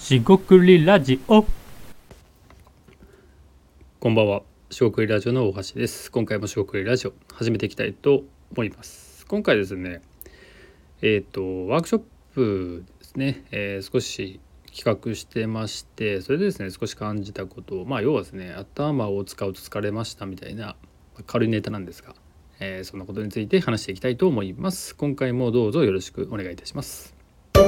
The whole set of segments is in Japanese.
しごくりラジオ。 こんばんは。しごくりラジオの大橋です。今回もしごくりラジオ始めていきたいと思います。今回ですね、ワークショップですね、少し企画してまして、それでですね少し感じたことを、要はですね、頭を使うと疲れましたみたいな軽いネタなんですが、そんなことについて話していきたいと思います。今回もどうぞよろしくお願いいたします。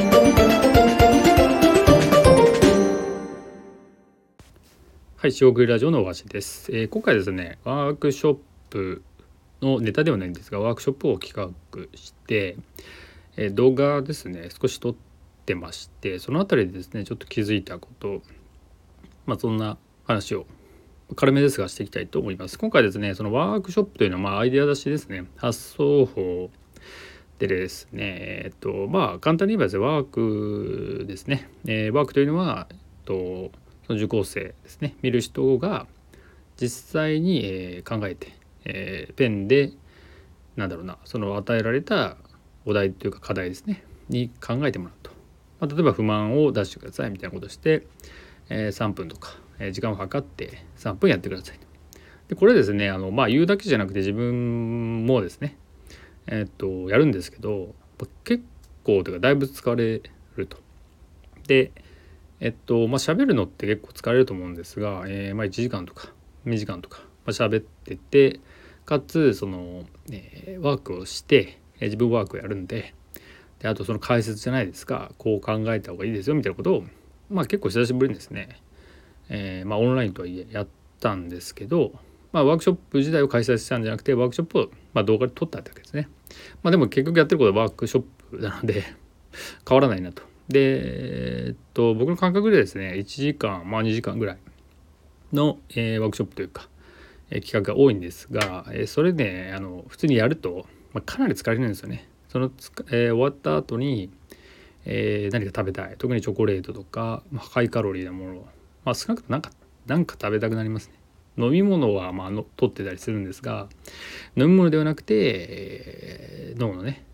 はい、しごくりラジオの大橋です。今回ですね、ワークショップのネタではないんですが、ワークショップを企画して、動画ですね少し撮ってまして、そのあたりでですねちょっと気づいたこと、そんな話を軽めですがしていきたいと思います。今回ですね、そのワークショップというのはアイデア出しですね、発想法でですね、簡単に言えばですね、ワークですね、ワークというのは、その受講生ですね、見る人が実際に考えて、ペンでその与えられたお題というか課題ですねに考えてもらうと、例えば不満を出してくださいみたいなことをして、3分とか、時間を計って3分やってくださいと。でこれですね言うだけじゃなくて自分もですねやるんですけど、結構というかだいぶ疲れると。で喋るのって結構疲れると思うんですが、1時間とか2時間とか喋ってて、かつその、ワークをして、自分ワークをやるんで、あとその解説じゃないですか、こう考えた方がいいですよみたいなことを、結構久しぶりにですね、オンラインとはいえやったんですけど、ワークショップ自体を開催したんじゃなくて、ワークショップを動画で撮ったわけですね。でも結局やってることはワークショップなので変わらないなと。で、僕の感覚でですね1時間、2時間ぐらいの、ワークショップというか、企画が多いんですが、それね普通にやると、かなり疲れるんですよね。終わった後に、何か食べたい、特にチョコレートとか、ハイカロリーなもの、少なくともなんか食べたくなりますね。飲み物は取ってたりするんですが、飲み物ではなくて、脳のね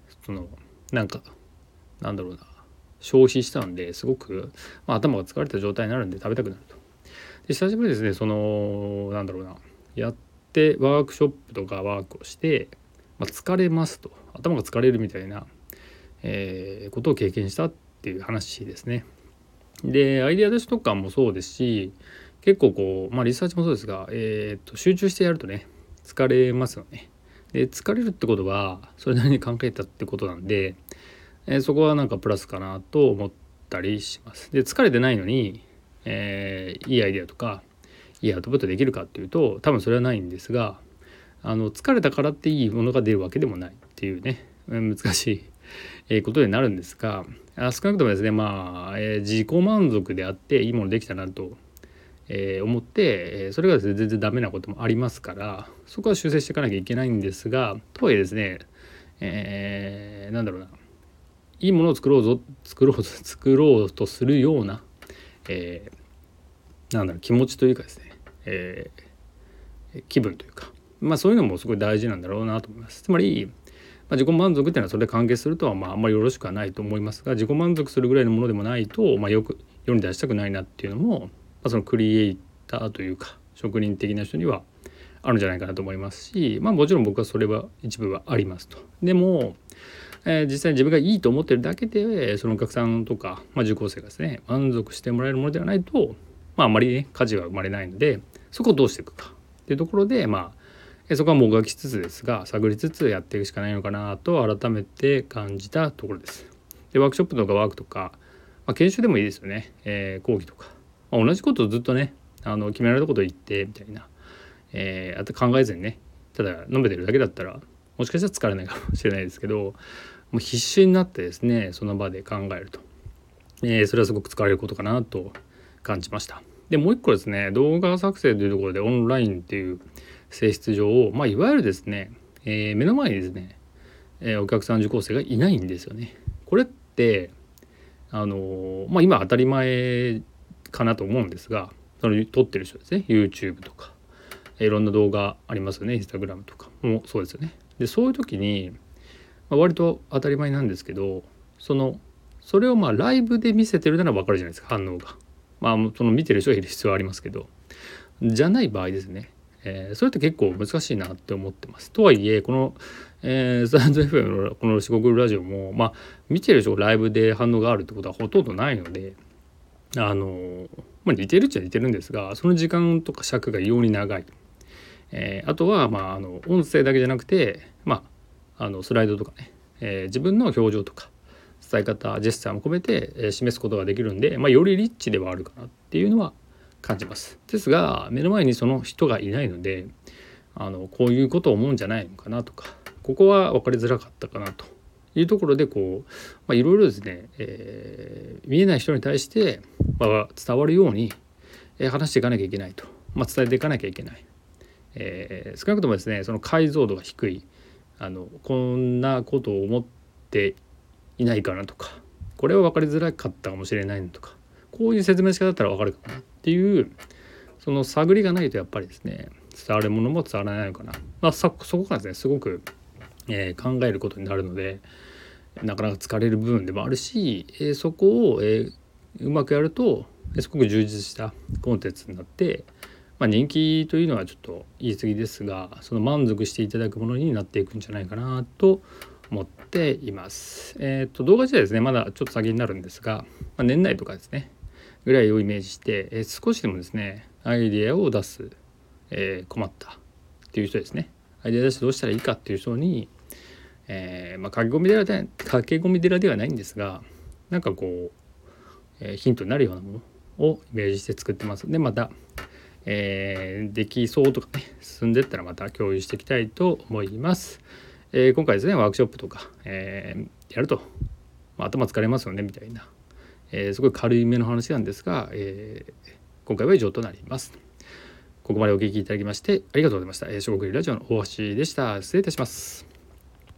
消費したんですごく、頭が疲れた状態になるんで食べたくなると。で久しぶりにですねやってワークショップとかワークをして、疲れますと、頭が疲れるみたいな、ことを経験したっていう話ですね。でアイデア出しとかもそうですし、結構リサーチもそうですが、集中してやるとね疲れますよね。で疲れるってことはそれなりに考えたってことなんで、そこはプラスかなと思ったりします。で疲れてないのに、いいアイデアとかいいアウトプットできるかっていうと多分それはないんですが、疲れたからっていいものが出るわけでもないっていうね、難しいことになるんですが、少なくともですね自己満足であっていいものできたなと思って、それがですね全然ダメなこともありますから、そこは修正していかなきゃいけないんですが、とはいえですね、いいものを作ろうとするような、気持ちというかですね、気分というか、そういうのもすごい大事なんだろうなと思います。つまり、自己満足っていうのはそれで関係するとはあんまりよろしくはないと思いますが、自己満足するぐらいのものでもないと、よく世に出したくないなっていうのも、そのクリエイターというか職人的な人にはあるんじゃないかなと思いますし、もちろん僕はそれは一部はありますと。でも、実際に自分がいいと思ってるだけでそのお客さんとか、受講生がですね満足してもらえるものではないと、あんまりね価値が生まれないので、そこをどうしていくかっていうところで、そこはもがきつつですが探りつつやっていくしかないのかなと改めて感じたところです。でワークショップとかワークとか、研修でもいいですよね、講義とか、同じことをずっとね決められたことを言ってみたいな、あと考えずにねただ飲めてるだけだったらもしかしたら疲れないかもしれないですけど、もう必死になってですねその場で考えると、それはすごく疲れることかなと感じました。でもう一個ですね、動画作成というところでオンラインっていう性質上、いわゆるですね、目の前にですね、お客さん受講生がいないんですよね。これって今当たり前かなと思うんですが、その撮ってる人ですね、 YouTube とかいろんな動画ありますよね、 Instagram とかもそうですよね。でそういう時に、割と当たり前なんですけど、そのそれをライブで見せてるなら分かるじゃないですか、反応が。その見てる人がいる必要はありますけど、じゃない場合ですね、それって結構難しいなって思ってます。とはいえこの、スタンド FM のこの四国ラジオも見てる人がライブで反応があるってことはほとんどないので、似てるっちゃ似てるんですが、その時間とか尺が異様に長い。あとは音声だけじゃなくて、スライドとかね、自分の表情とか伝え方ジェスチャーも込めて、示すことができるんで、よりリッチではあるかなっていうのは感じます。ですが目の前にその人がいないので、こういうことを思うんじゃないのかなとか、ここは分かりづらかったかなというところでいろいろですね、見えない人に対して、伝わるように話していかなきゃいけないと、伝えていかなきゃいけない。少なくともですね、その解像度が低い、こんなことを思っていないかなとか、これは分かりづらかったかもしれないのとか、こういう説明の仕方だったら分かるかなっていう、その探りがないとやっぱりですね、伝わるものも伝わらないのかな、そこがですねすごく、考えることになるので、なかなか疲れる部分でもあるし、そこを、うまくやるとすごく充実したコンテンツになって、人気というのはちょっと言い過ぎですが、その満足していただくものになっていくんじゃないかなと思っています。動画自体ですねまだちょっと先になるんですが、年内とかですねぐらいをイメージして、少しでもですねアイデアを出す、困ったっていう人ですね、アイデア出してどうしたらいいかっていう人に、駆け込み寺ではないんですが、なんかヒントになるようなものをイメージして作ってます。でまたできそうとかね進んでったらまた共有していきたいと思います。今回ですねワークショップとか、やると、頭疲れますよねみたいな、すごい軽いめの話なんですが、今回は以上となります。ここまでお聞きいただきましてありがとうございました。四国ラジオの大橋でした。失礼いたします。